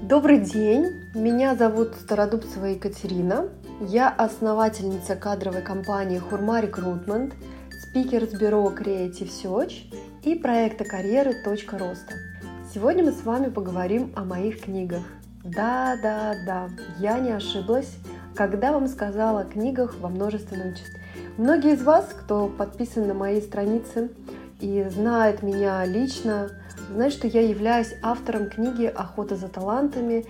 Добрый день, меня зовут Стародубцева Екатерина, я основательница кадровой компании Хурма Recruitment, спикер с бюро Creative Search и проекта карьеры «Точка роста». Сегодня мы с вами поговорим о моих книгах. Да, я не ошиблась, когда вам сказала о книгах во множественном числе. Многие из вас, кто подписан на мои страницы и знает меня лично, знают, что я являюсь автором книги «Охота за талантами»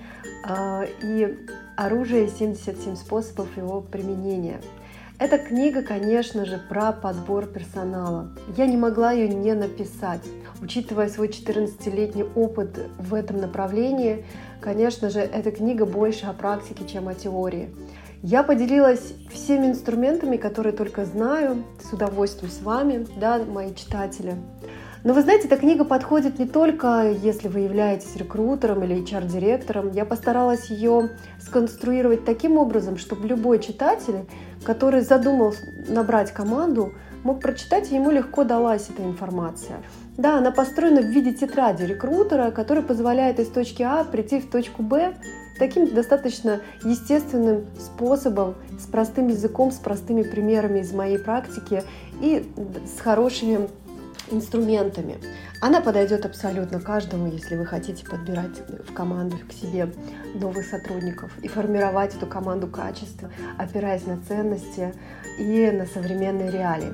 и «Оружие 77 способов его применения». Эта книга, конечно же, про подбор персонала. Я не могла ее не написать. Учитывая свой 14-летний опыт в этом направлении, конечно же, эта книга больше о практике, чем о теории. Я поделилась всеми инструментами, которые только знаю, с удовольствием с вами, да, мои читатели. Но вы знаете, эта книга подходит не только, если вы являетесь рекрутером или HR-директором. Я постаралась ее сконструировать таким образом, чтобы любой читатель, который задумал набрать команду, мог прочитать, и ему легко далась эта информация. Да, она построена в виде тетради рекрутера, которая позволяет из точки А прийти в точку Б таким достаточно естественным способом, с простым языком, с простыми примерами из моей практики и с хорошими инструментами. Она подойдет абсолютно каждому, если вы хотите подбирать в команду к себе новых сотрудников и формировать эту команду качественно, опираясь на ценности и на современные реалии.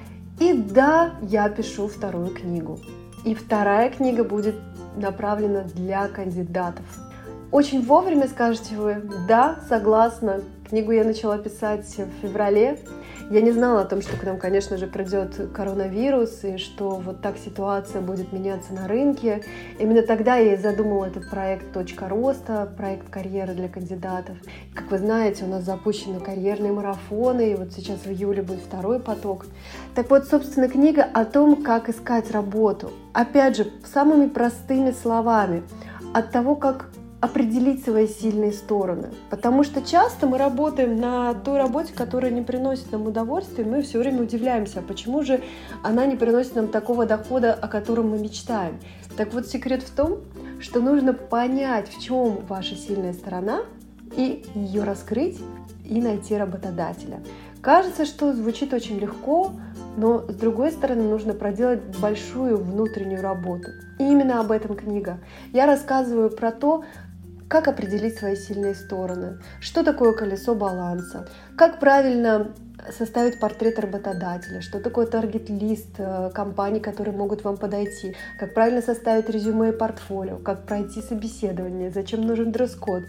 И да, я пишу вторую книгу. И вторая книга будет направлена для кандидатов. Очень вовремя, скажете вы, да, согласна. Книгу я начала писать в феврале. Я не знала о том, что к нам, конечно же, придет коронавирус, и что вот так ситуация будет меняться на рынке. Именно тогда я и задумала этот проект «Точка роста», проект карьеры для кандидатов. Как вы знаете, у нас запущены карьерные марафоны, и вот сейчас в июле будет второй поток. Так вот, собственно, книга о том, как искать работу. Опять же, самыми простыми словами, от того, как определить свои сильные стороны. Потому что часто мы работаем на той работе, которая не приносит нам удовольствия, и мы все время удивляемся, а почему же она не приносит нам такого дохода, о котором мы мечтаем. Так вот, секрет в том, что нужно понять, в чем ваша сильная сторона, и ее раскрыть, и найти работодателя. Кажется, что звучит очень легко, но с другой стороны нужно проделать большую внутреннюю работу. И именно об этом книга. Я рассказываю про то, как определить свои сильные стороны, что такое колесо баланса, как правильно составить портрет работодателя, что такое таргет-лист компаний, которые могут вам подойти, как правильно составить резюме и портфолио, как пройти собеседование, зачем нужен дресс-код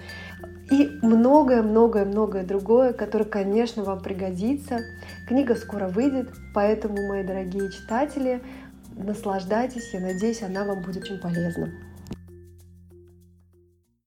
и многое другое, которое, конечно, вам пригодится. Книга скоро выйдет, поэтому, мои дорогие читатели, наслаждайтесь, я надеюсь, она вам будет очень полезна.